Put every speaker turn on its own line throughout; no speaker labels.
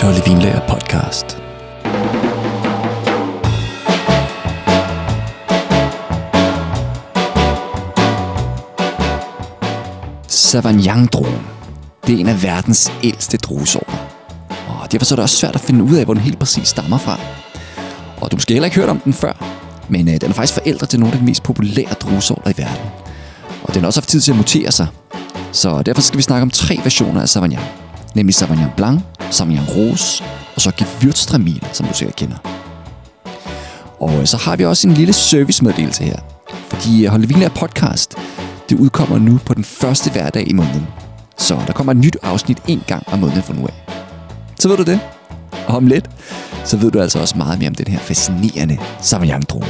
Holde Vinlager podcast. Sauvignon-druen. Det er en af verdens ældste druesorter. Og derfor så er det også svært at finde ud af, hvor den helt præcis stammer fra. Og du måske heller ikke hørt om den før, men den er faktisk forældre til nogle af de mest populære druesorter i verden. Og den har også haft tid til at mutere sig. Så derfor skal vi snakke om 3 versioner af Sauvignon. Nemlig Sauvignon Blanc, Sauvignon Rouge og så Gewürztraminer, som du sikkert kender. Og så har vi også en lille servicemeddelelse her. Fordi Holde Vinlager podcast, det udkommer nu på den første hverdag i måneden. Så der kommer et nyt afsnit 1 gang om måneden fra nu af. Så ved du det. Og om lidt, så ved du altså også meget mere om den her fascinerende Sauvignon-drue.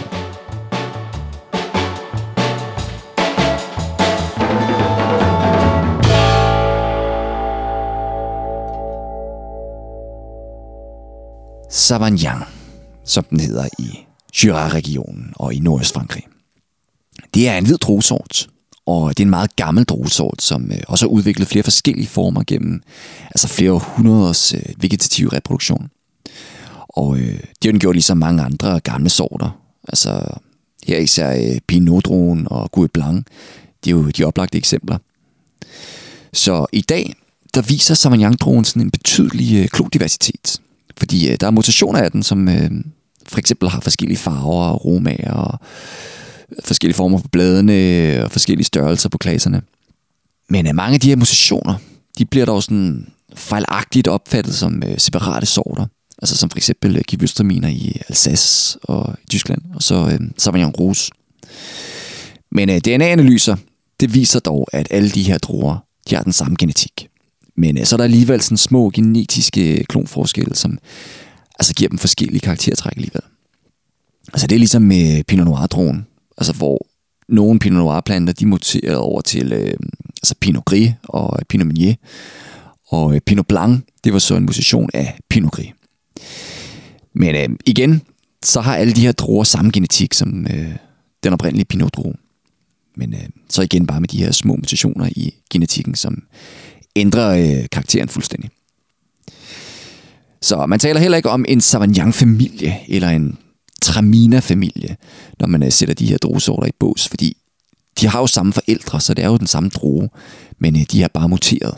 Sauvignon, som den hedder i Jura-regionen og i Nordøstfrankrig. Det er en hvid druesort, og det er en meget gammel druesort, som også har udviklet flere forskellige former gennem flere århundreders vegetativ reproduktion. Og det har den gjort ligesom mange andre gamle sorter. Her især Pinot-druen og Gouais Blanc, det er jo de oplagte eksempler. Så i dag, der viser Sauvignon-druen sådan en betydelig klodiversitet. Fordi der er mutationer af den, som for eksempel har forskellige farver og aromaer og forskellige former på bladene og forskellige størrelser på klaserne. Men mange af de her mutationer, de bliver dog sådan fejlagtigt opfattet som separate sorter. Altså som for eksempel Gewürztraminer i Alsace og i Tyskland, og så Sauvignon Rouge. Men DNA-analyser, det viser dog, at alle de her druer, de har den samme genetik. Men så er der alligevel sådan små genetiske klonforskelle, som giver dem forskellige karaktertræk alligevel. Det er ligesom med Pinot Noir-druen, hvor nogle Pinot Noir-planter, de muterer over til Pinot Gris og Pinot Meunier. Og Pinot Blanc, det var så en mutation af Pinot Gris. Men igen, så har alle de her druer samme genetik som den oprindelige Pinot-drue. Men så igen bare med de her små mutationer i genetikken, som ændrer karakteren fuldstændig. Så man taler heller ikke om en Sauvignon-familie eller en Traminer-familie, når man sætter de her druesorter i bås, fordi de har jo samme forældre, så det er jo den samme drue, men de har bare muteret.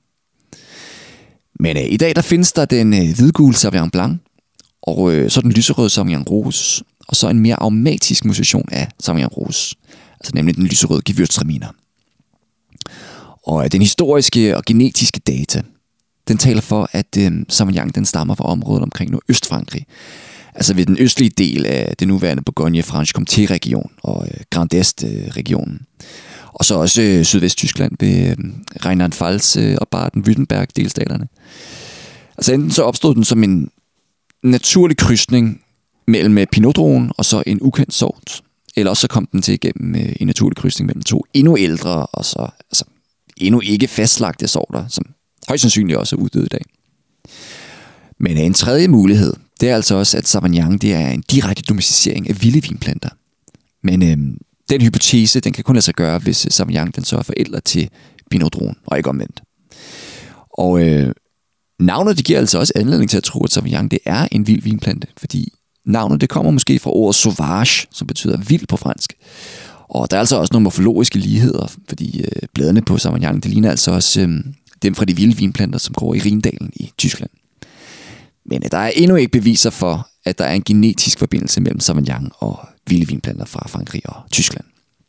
Men i dag der findes der den hvidgule Sauvignon Blanc, og så den lyserøde Sauvignon Rouge, og så en mere aromatisk mutation af Sauvignon Rouge, nemlig den lyserøde Gewürztraminer. Og den historiske og genetiske data, den taler for, at Sauvignon den stammer fra området omkring Nordøstfrankrig. Ved den østlige del af det nuværende Bourgogne-Franche-Comté-region og Grand Est-regionen. Og så også Sydvest-Tyskland ved Rheinland-Pfalz og Baden-Württemberg-delstaterne. Enten så opstod den som en naturlig krydsning mellem Pinot-druen og så en ukendt sort. Eller også så kom den til igennem en naturlig krydsning mellem 2 endnu ældre og så endnu ikke fastlagte sorter, som højst sandsynligt også er uddøde i dag. Men en tredje mulighed, det er altså også, at Sauvignon det er en direkte domesticering af vilde vinplanter. Men den hypotese, den kan kun lade sig gøre, hvis Sauvignon den så er forældre til Pinot-druen, og ikke omvendt. Og navnet det giver altså også anledning til at tro, at Sauvignon det er en vild vinplante, fordi navnet det kommer måske fra ordet sauvage, som betyder vild på fransk. Og der er altså også nogle morfologiske ligheder, fordi bladene på Sauvignon, det ligner altså også dem fra de vilde vinplanter, som går i Rhindalen i Tyskland. Men der er endnu ikke beviser for, at der er en genetisk forbindelse mellem Sauvignon og vilde vinplanter fra Frankrig og Tyskland.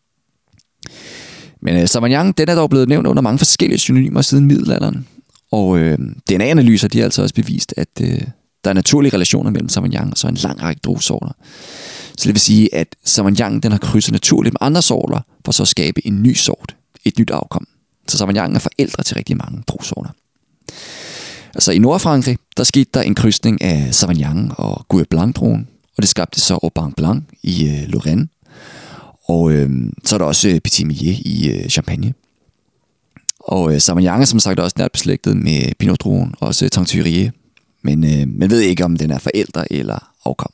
Men Sauvignon, den er dog blevet nævnt under mange forskellige synonymer siden middelalderen. Og DNA-analyser, de har altså også bevist, at der er naturlige relationer mellem Sauvignon og så en lang række druesorter. Så det vil sige, at Sauvignon den har krydset naturligt med andre sorter, for så at skabe en ny sort, et nyt afkom. Så Sauvignon er forældre til rigtig mange druesorter. I Nordfrankrig, der skete der en krydsning af Sauvignon og Gouais Blanc-druen, og det skabte så Aubin Blanc i Lorraine. Og så er der også Petit Meunier i Champagne. Og Sauvignon er som sagt også nært beslægtet med Pinot-druen, også Teinturier. Men man ved ikke, om den er forældre eller afkom.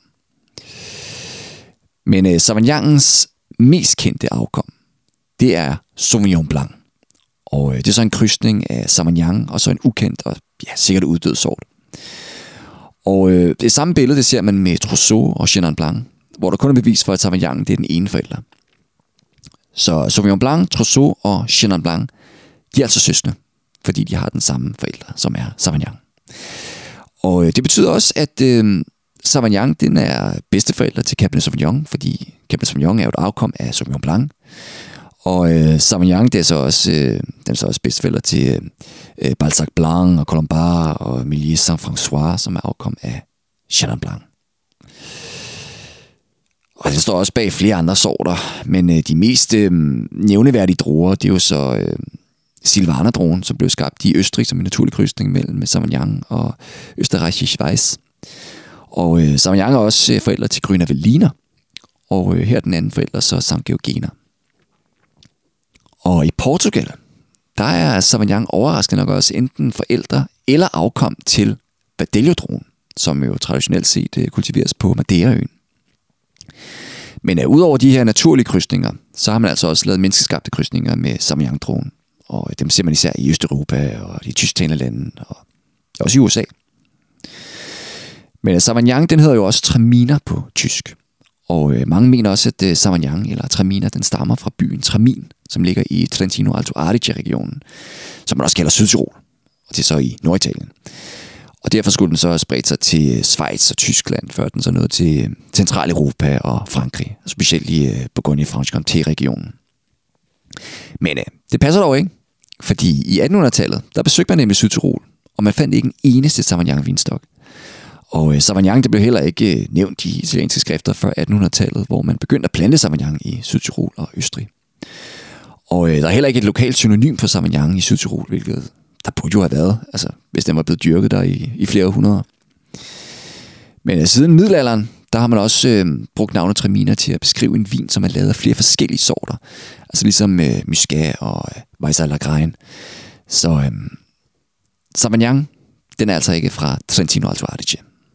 Men Sauvignons mest kendte afkom, det er Sauvignon Blanc. Og det er så en krydsning af Sauvignon og så en ukendt og sikkert uddød sort. Og det samme billede, det ser man med Trousseau og Chenin Blanc, hvor der kun er bevis for, at Sauvignon det er den ene forælder. Så Sauvignon Blanc, Trousseau og Chenin Blanc, de er altså søskende, fordi de har den samme forælder, som er Sauvignon. Og det betyder også, at Sauvignon den er bedsteforælder til Cabernet Sauvignon, fordi Cabernet Sauvignon er jo et afkom af Sauvignon Blanc. Og Sauvignon det er så også, den er så også bedsteforælder til Balzac Blanc og Colombard og Meunier Saint-François, som er afkom af Chenin Blanc. Og det står også bag flere andre sorter, men de mest nævneværdige druer, det er jo så Silvaner-druen, som blev skabt i Østrig som en naturlig krydsning mellem Sauvignon og Österreichische Weiss. Og Sauvignon er også forældre til Grüner Veltliner, og her er den anden forælder så Sankt Georgener. Og i Portugal, der er Sauvignon overraskende nok også enten forældre eller afkom til Verdelho-druen, som jo traditionelt set kultiveres på Madeiraøen. Men udover de her naturlige krydsninger, så har man altså også lavet menneskeskabte krydsninger med Sauvignon-druen. Og dem ser man især i Østeuropa og de tysktalende lande, og også i USA. Men Sauvignon, den hedder jo også Traminer på tysk. Og mange mener også, at Sauvignon eller Traminer, den stammer fra byen Tramin, som ligger i Trentino Alto Adige-regionen, som man også kalder Sydtyrol, og det er så i Norditalien. Og derfor skulle den så spredt sig til Schweiz og Tyskland, før den så nåede til Centraleuropa og Frankrig, og specielt i Bourgogne-Franche-Comté-regionen. Men det passer dog ikke, fordi i 1800-tallet, der besøgte man nemlig Sydtyrol, og man fandt ikke en eneste Sauvignon-vinstok. Og Sauvignon, det blev heller ikke nævnt i italienske skrifter før 1800-tallet, hvor man begyndte at plante Sauvignon i Sydtyrol og Østrig. Og der er heller ikke et lokalt synonym for Sauvignon i Sydtyrol, hvilket der burde jo have været, altså hvis den var blevet dyrket der i flere århundreder. Men siden middelalderen, der har man også brugt navnet Traminer til at beskrive en vin, som er lavet af flere forskellige sorter. Altså ligesom Muscat og Weiser Lagrein. Så Sauvignon, den er altså ikke fra Trentino Alto Adige.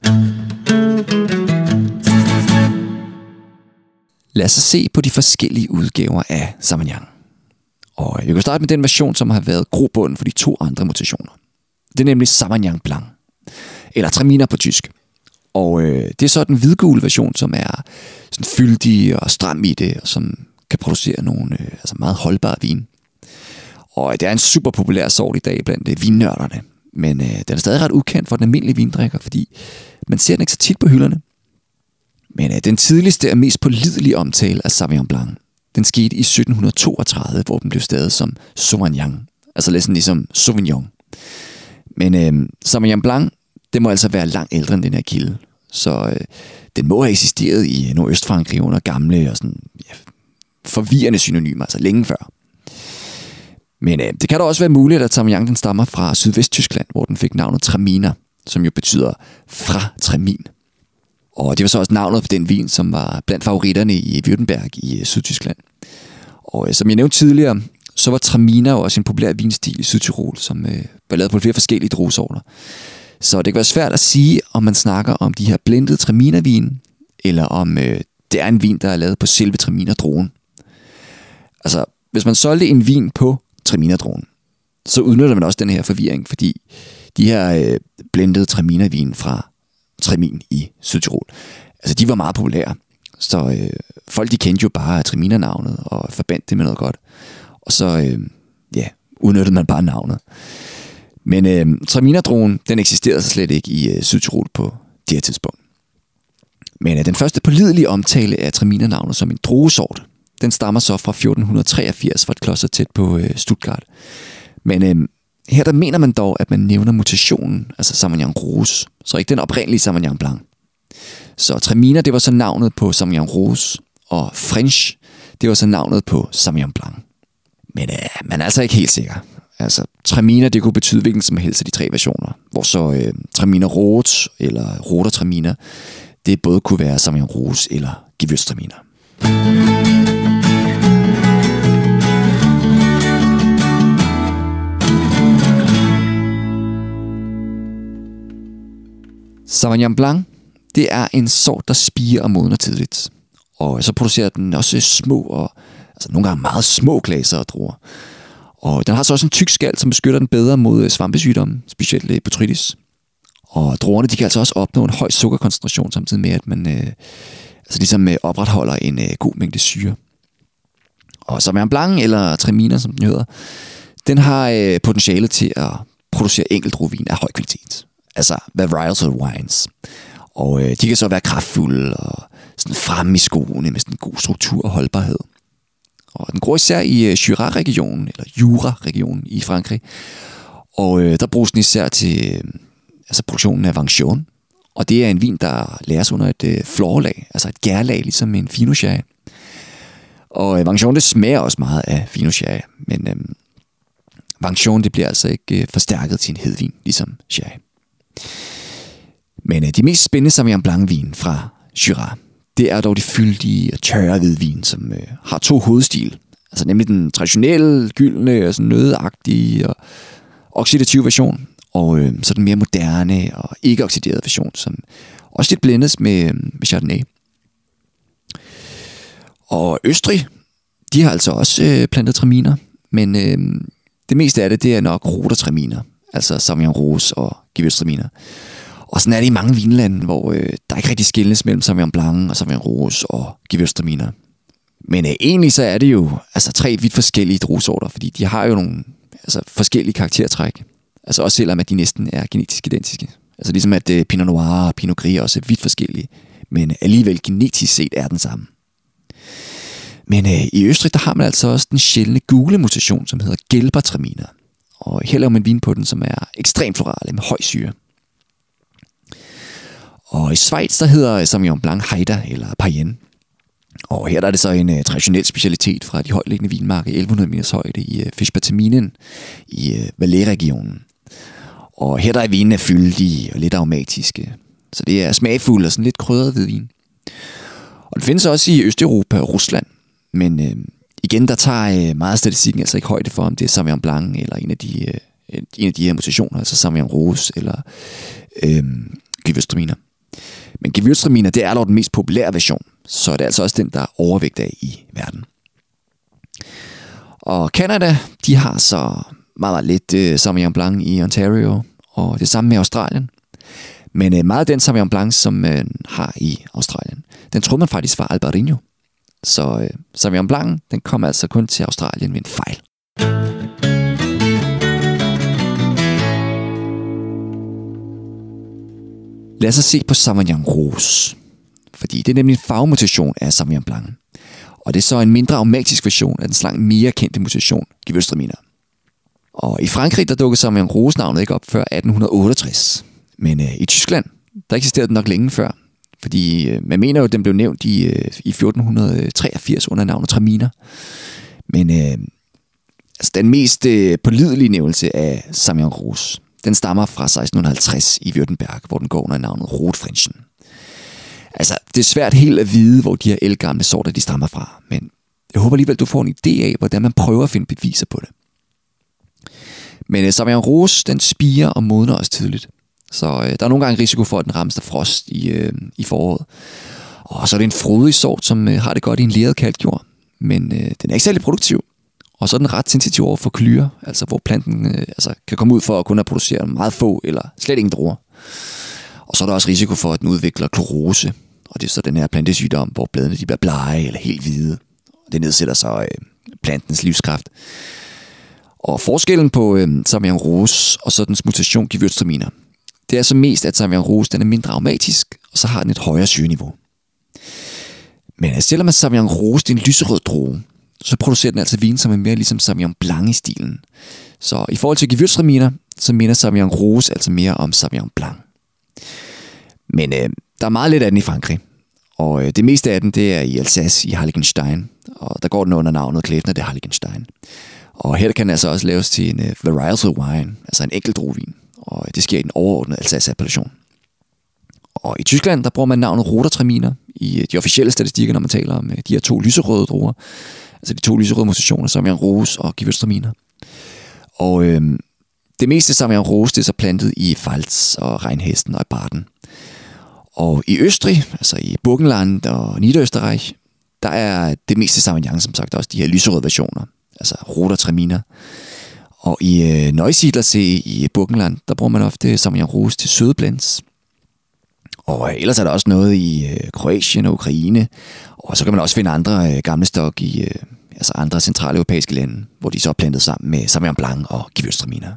Lad os se på de forskellige udgaver af Sauvignon. Og vi kan starte med den version, som har været grobunden for de to andre mutationer. Det er nemlig Sauvignon Blanc, eller Traminer på tysk. Og det er så den hvidgule version, som er sådan fyldig og stram i det, og som kan producere nogle meget holdbare vin. Og det er en super populær sort i dag blandt vinnørderne. Men den er stadig ret ukendt for den almindelige vindrikker, fordi man ser den ikke så tit på hylderne. Men den tidligste og mest pålidelige omtale af Sauvignon Blanc, den skete i 1732, hvor den blev stavet som Sauvignon. Altså lidt sådan ligesom Sauvignon. Men Sauvignon Blanc, det må altså være langt ældre end den her kilde. Så den må have eksisteret i Nordøstfrankrig under gamle og sådan, forvirrende synonymer, altså længe før. Men det kan da også være muligt, at Sauvignon den stammer fra Sydvesttyskland, hvor den fik navnet Traminer, som jo betyder fra Tramin. Og det var så også navnet på den vin, som var blandt favoritterne i Württemberg i Sydtyskland. Og som jeg nævnte tidligere, så var Traminer jo også en populær vinstil i Sydtyrol, som var lavet på flere forskellige druesorter. Så det kan være svært at sige, om man snakker om de her blendede Traminer-vin, eller om det er en vin, der er lavet på selve Traminer-druen. Altså, hvis man solgte en vin på Traminer-druen, så udnytter man også den her forvirring, fordi de her blendede Traminer-vin fra Tramin i Sydtyrol, altså de var meget populære. Så folk de kendte jo bare Traminer-navnet og forbandt det med noget godt. Og så udnyttede man bare navnet. Men Traminer-druen, den eksisterede så slet ikke i Sydtyrol på det her tidspunkt. Men den første pålidelige omtale af Traminer-navnet som en druesort, den stammer så fra 1483 fra et kloster tæt på Stuttgart. Men her der mener man dog, at man nævner mutationen, altså Sauvignon Rouge, så ikke den oprindelige Sauvignon Blanc. Så Traminer, det var så navnet på Sauvignon Rouge, og French, det var så navnet på Sauvignon Blanc. Men man er altså ikke helt sikker. Altså, Traminer, det kunne betyde hvilken som helst af de tre versioner, hvor så Traminer Rot eller Roter Traminer, det både kunne være Sauvignon Rouge eller Gewürztraminer. Sauvignon Blanc, det er en sort, der spirer og modner tidligt. Og så producerer den også små og nogle gange meget små glaser og druer. Og den har så også en tyk skal, som beskytter den bedre mod svampesygdomme, specielt botrytis. Og druerne, de kan altså også opnå en høj sukkerkoncentration, samtidig med, at man opretholder en god mængde syre. Og Sauvignon Blanc, eller Traminer, som den hedder, den har potentiale til at producere enkeltdruevin af høj kvalitet. Altså varietal wines. Og de kan så være kraftfulde og sådan fremme i skoene med sådan en god struktur og holdbarhed. Og den gror især i Jura-regionen, eller Jura-regionen i Frankrig. Og der bruges den især til produktionen af Vangjon. Og det er en vin, der læres under et florlag, altså et gærlag, ligesom en Pinot Sherry. Og Vangjon, det smager også meget af Pinot Sherry, men Vangjon, det bliver altså ikke forstærket til en hedvin, ligesom Sherry. Men de mest spændende Sauvignon Blanc-vin fra Jura, det er dog de fyldige og tørre hvidvin, som har to hovedstil. Altså nemlig den traditionelle, gyldne og sådan nødagtige og oxidative version, og så den mere moderne og ikke-oxiderede version, som også lidt blendes med Chardonnay. Og Østrig, de har altså også plantet traminer, men det meste af det er nok Rother-traminer, altså Sauvignon Rose og Gewürztraminer. Og sådan er det i mange vinlande, hvor der ikke rigtig skilles mellem Sauvignon Blanc og Sauvignon Rose og Gewürztraminer. Men egentlig så er det jo tre vidt forskellige druesorter, fordi de har jo nogle forskellige karaktertræk. Altså også selvom at de næsten er genetisk identiske. Altså ligesom at Pinot Noir og Pinot Gris også er vidt forskellige, men alligevel genetisk set er den samme. Men i Østrig, der har man altså også den sjældne gule mutation, som hedder Gelbertraminer. Og her laver man vin på den, som er ekstremt florale med høj syre. Og i Schweiz, der hedder Sauvignon Blanc Haida eller Payenne. Og her der er det så en traditionel specialitet fra de højtliggende vinmarker i 1100 meters højde i Fischbertaminen i Valais-regionen. Og her der er vinene fyldige og lidt aromatiske. Så det er smagfuld og sådan lidt krydret hvidvin. Og det findes også i Østeuropa og Rusland. Men igen, der tager meget statistikken altså ikke højde for, om det er Sauvignon Blanc eller en af de her mutationer, altså Sauvignon Rose eller Gewürztraminer. Men Gewürztraminer, det er dog den mest populære version, så det er altså også den, der er overvægt af i verden. Og Canada, de har så meget lidt Sauvignon Blanc i Ontario, og det samme med Australien. Men meget af den Sauvignon Blanc, som man har i Australien, den tror man faktisk var Albarino. Så Sauvignon Blanc, den kommer altså kun til Australien ved en fejl. Lad os se på Sauvignon Rose, fordi det er nemlig en farvemutation af Sauvignon Blanc. Og det er så en mindre aromatisk version af den langt mere kendte mutation, Gewürztraminer. Og i Frankrig, der dukkede Sauvignon Rose navnet ikke op før 1868. Men i Tyskland, der eksisterede den nok længe før. Fordi man mener jo, at den blev nævnt i 1483 under navnet Traminer. Men den mest pålidelige nævnelse af Sauvignon Rose, den stammer fra 1650 i Württemberg, hvor den går under navnet Rotfrischen. Altså, det er svært helt at vide, hvor de her ældgamle sorter, de stammer fra. Men jeg håber alligevel, du får en idé af, hvordan man prøver at finde beviser på det. Men Sauvignon Rose, den spirer og modner også tidligt. Så der er nogle gange risiko for, at den rammes af frost i foråret. Og så er det en frodig sort, som har det godt i en leret kalk jord. Men den er ikke særlig produktiv. Og så er den ret sensitiv over for klyre, altså hvor planten kan komme ud for at kunne producere meget få eller slet ingen druer. Og så er der også risiko for, at den udvikler klorose. Og det er så den her plantesygdom, hvor bladene de bliver blege eller helt hvide. Det nedsætter så plantens livskraft. Og forskellen på Sauvignon Rose og så dens mutation Gewürztraminer, det er så mest, at Sauvignon Rose den er mindre aromatisk, og så har den et højere syreniveau. Men selvom at Sauvignon Rose det er en lyserød drue, så producerer den altså vin, som er mere ligesom Sauvignon Blanc i stilen. Så i forhold til Gewürztraminer, så minder Sauvignon Rose altså mere om Sauvignon Blanc. Men der er meget lidt af den i Frankrig, og det meste af den, det er i Alsace i Heiligenstein, og der går den under navnet Klevner de Heiligenstein. Og her kan den altså også laves til en varietal wine, altså en enkelt druevin, og det sker i den overordnede Alsace-appellation. Og i Tyskland, der bruger man navnet Rother-traminer i de officielle statistikker, når man taler om de her to lyserøde druer, altså de to lyserøde mutationer, Sauvignon Rose og Gewürztraminer. Og det meste Sauvignon Rose, det er så plantet i Pfalz og Rheinhessen og i Baden. Og i Østrig, altså i Burgenland og Niederösterreich, der er det meste Sauvignon som sagt også de her lyserøde versioner, altså Rother-traminer. Og i Neusiedlersee i Burgenland, der bruger man ofte Sauvignon Rouge til søde blends. Og ellers er der også noget i Kroatien og Ukraine. Og så kan man også finde andre gamle stok i andre centrale europæiske lande, hvor de så er plantet sammen med Sauvignon Blanc og Gewürztraminer.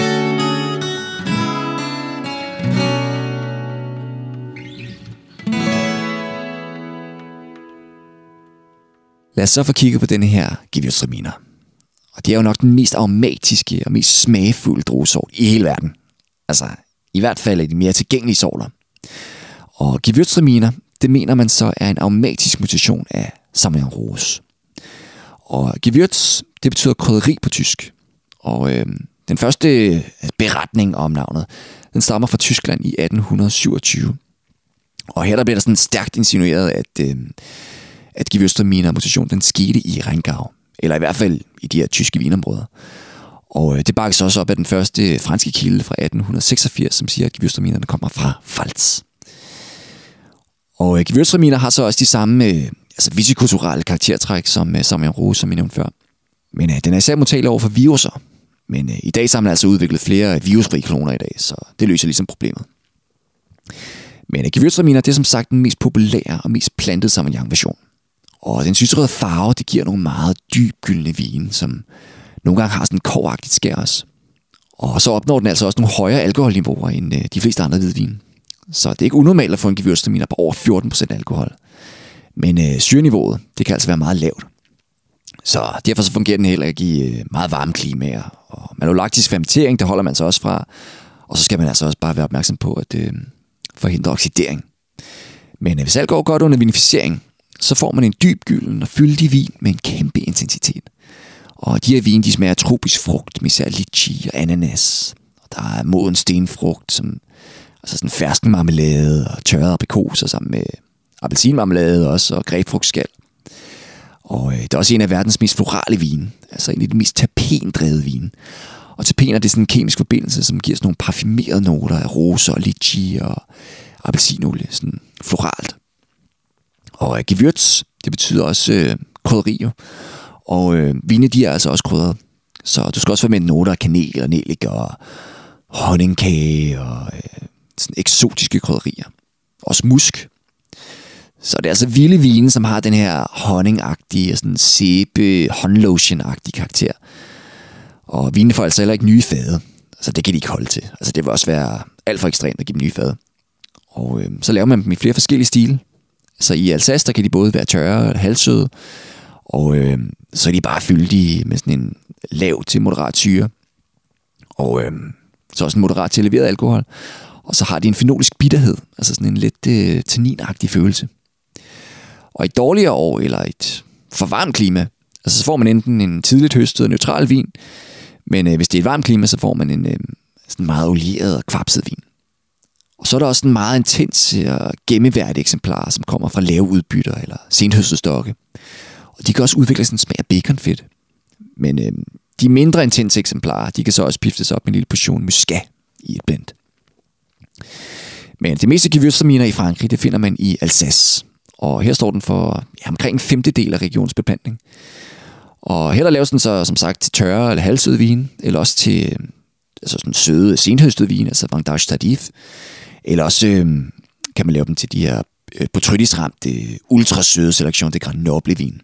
Lad os så få kigget på denne her Gewürztraminer. Og det er jo nok den mest aromatiske og mest smagfulde druesort i hele verden. Altså, i hvert fald er de mere tilgængelige sorter. Og Gewürztraminer, det mener man så er en aromatisk mutation af Sauvignon Rouge. Og Gewürz, det betyder krydderi på tysk. Og den første beretning om navnet, den stammer fra Tyskland i 1827. Og her der bliver der sådan stærkt insinueret, at Gewürztraminer-mutation, den skete i Rheingau. Eller i hvert fald i de her tyske vinområder. Og det bakkes også op af den første franske kilde fra 1886, som siger, at Gewürztraminerne kommer fra Pfalz. Og Gewürztraminer har så også de samme vitikulturelle karaktertræk som Sauvignon Rouge, som jeg nævnte før. Men den er især modtagelig over for viruser. Men i dag så har man altså udviklet flere virusfri kloner i dag, så det løser ligesom problemet. Men Gewürztraminer, det er som sagt den mest populære og mest plantede Sauvignon-version. Og den lyserøde farve, det giver nogle meget dyb gyldne vine, som nogle gange har sådan en kobberagtigt skær også. Og så opnår den altså også nogle højere alkoholniveauer end de fleste andre hvidvine. Så det er ikke unormalt at få en Gewürztraminer på over 14% alkohol. Men syreniveauet, det kan altså være meget lavt. Så derfor så fungerer den heller ikke i meget varme klimaer. Og malolaktisk fermentering, det holder man så også fra. Og så skal man altså også bare være opmærksom på at forhindre oxidering. Men hvis alt går godt under vinificering, så får man en dyb gylden og fyldig vin med en kæmpe intensitet. Og de her vine, de smager tropisk frugt med især litchi og ananas. Og der er moden stenfrugt, som sådan ferskenmarmelade og tørrede aprikoser sammen med appelsinmarmelade også, og grebfrugtskal. Og det er også en af verdens mest florale vine. Altså en af de mest terpendrevede vine. Og terpener, det er sådan en kemisk forbindelse, som giver sådan nogle parfumerede noter af roser og litchi og appelsinolie, sådan floralt. Og Gewürz, det betyder også krydderi. Og vine, de er altså også krydret. Så du skal også være med noter af kanel og nellik og honningkage og sådan eksotiske krydderier. Også musk. Så det er altså vilde vine, som har den her honningagtige, sådan sæbe, håndlotion-agtige karakter. Og vinene får altså heller ikke nye fade. Altså det kan de ikke holde til. Altså det vil også være alt for ekstremt at give dem nye fade. Og så laver man dem i flere forskellige stile. Så i Alsace, der kan de både være tørre og halvsøde. Og så er de bare fyldige med sådan en lav til moderat syre. Og så også en moderat til leveret alkohol. Og så har de en fenolisk bitterhed. Altså sådan en lidt tanninagtig følelse. Og i et dårligere år, eller et for varmt klima, altså så får man enten en tidligt høstet og neutral vin. Men hvis det er et varmt klima, så får man en sådan meget olieret og kvapset vin. Og så er der også en meget intens og gemmeværdig eksemplar, som kommer fra lave udbytter eller senhøstede stokke. Og de kan også udvikle sådan en smag af baconfedt. Men de mindre intense eksemplarer, de kan så også piftes op med en lille portion muscat i et blend. Men det meste Gewürztraminer i Frankrig, det finder man i Alsace. Og her står den for omkring en femtedel af regionsbeplantning. Og her der laves den så som sagt til tørre eller halvsøde vin, eller også til sådan søde senhøstede vin, altså Vendange Tardif. Eller også kan man lave dem til de her botrytis-ramte ultrasøde Sélection de Grenoble vin.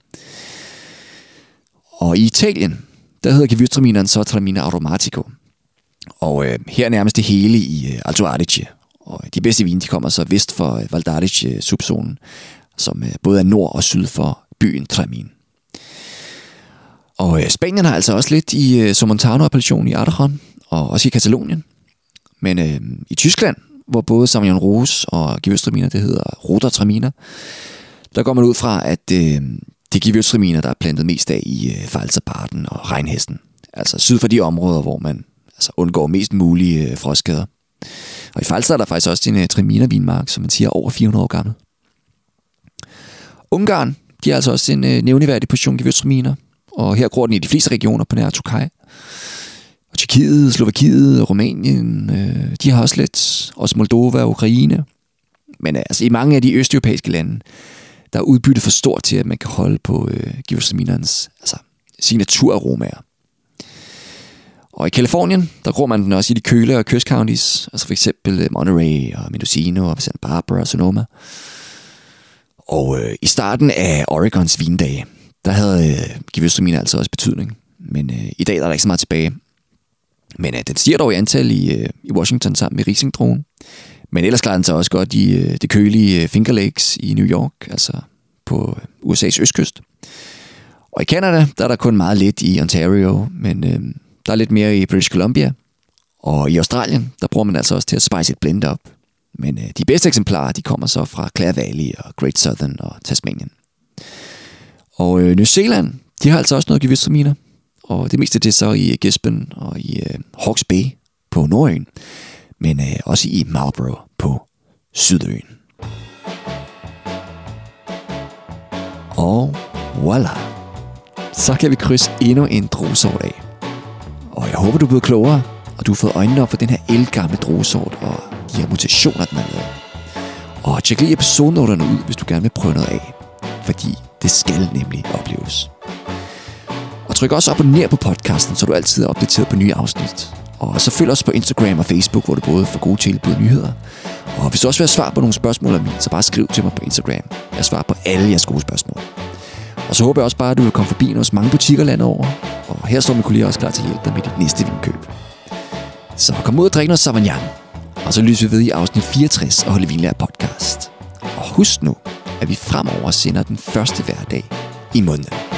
Og i Italien, der hedder Gewürztramineren så Traminer Aromatico. Og her nærmest det hele i Alto Adige. Og de bedste vine, de kommer så vest for Val d'Adige subzonen, som både er nord og syd for byen Tramin. Og Spanien har altså også lidt i Somontano-appellationen i Aragon, og også i Katalonien. Men i Tyskland, hvor både Sauvignon Rouge og Gewürztraminer, det hedder Roter Traminer, der går man ud fra, at det er Gewürztraminer, der er plantet mest af i Pfalzerparten og Rheinhessen. Altså syd for de områder, hvor man undgår mest mulige frostskader. Og i Pfalz er der faktisk også en Traminer-vinmark, som man siger er over 400 år gammel. Ungarn, de har altså også en nævneværdig portion Gewürztraminer, og her gror den i de fleste regioner på nær Tokaj. Og Tjekkiet, Slovakiet, Rumænien, de har også lidt, også Moldova og Ukraine. Men altså i mange af de østeuropæiske lande, der er udbyttet for stort til, at man kan holde på Gewürztraminerens signaturaaromaer. Og i Kalifornien, der gror man den også i de køligere kystcounties, altså for eksempel Monterey og Mendocino og Santa Barbara og Sonoma. Og i starten af Oregons vindage, der havde gewürztraminer altså også betydning. Men i dag der er der ikke så meget tilbage. Men den stiger dog i antal i Washington sammen med Riesling-druen. Men ellers klarer den sig også godt i det kølige Finger Lakes i New York, altså på USA's østkyst. Og i Canada, der er der kun meget lidt i Ontario, men der er lidt mere i British Columbia. Og i Australien, der bruger man altså også til at spice et blend op. Men de bedste eksemplarer, de kommer så fra Clare Valley og Great Southern og Tasmanien. Og New Zealand, de har altså også noget gewürztraminer. Og det meste det er så i Gisborne og i Hawke's Bay på Nordøen. Men også i Marlborough på Sydøen. Og voilà. Så kan vi krydse endnu en druesort af. Og jeg håber, du er blevet klogere, og du har fået øjnene op for den her ældgamle druesort og de her mutationer, den har lavet. Og tjek lige episodenoterne ud, hvis du gerne vil prøve noget af. Fordi det skal nemlig opleves. Og tryk også abonner på podcasten, så du altid er opdateret på nye afsnit. Og så følg os på Instagram og Facebook, hvor du både får gode tilbud og nyheder. Og hvis du også vil have svar på nogle spørgsmål af mine, så bare skriv til mig på Instagram. Jeg svarer på alle jeres gode spørgsmål. Og så håber jeg også bare, at du vil komme forbi hos mange butikker landet over. Og her står min kollega også klar til at hjælpe dig med dit næste vinkøb. Så kom ud og drik noget Sauvignon. Og så lyser vi ved i afsnit 64 af Holde Vinlærer podcast. Og husk nu, at vi fremover sender den første hverdag i måneden.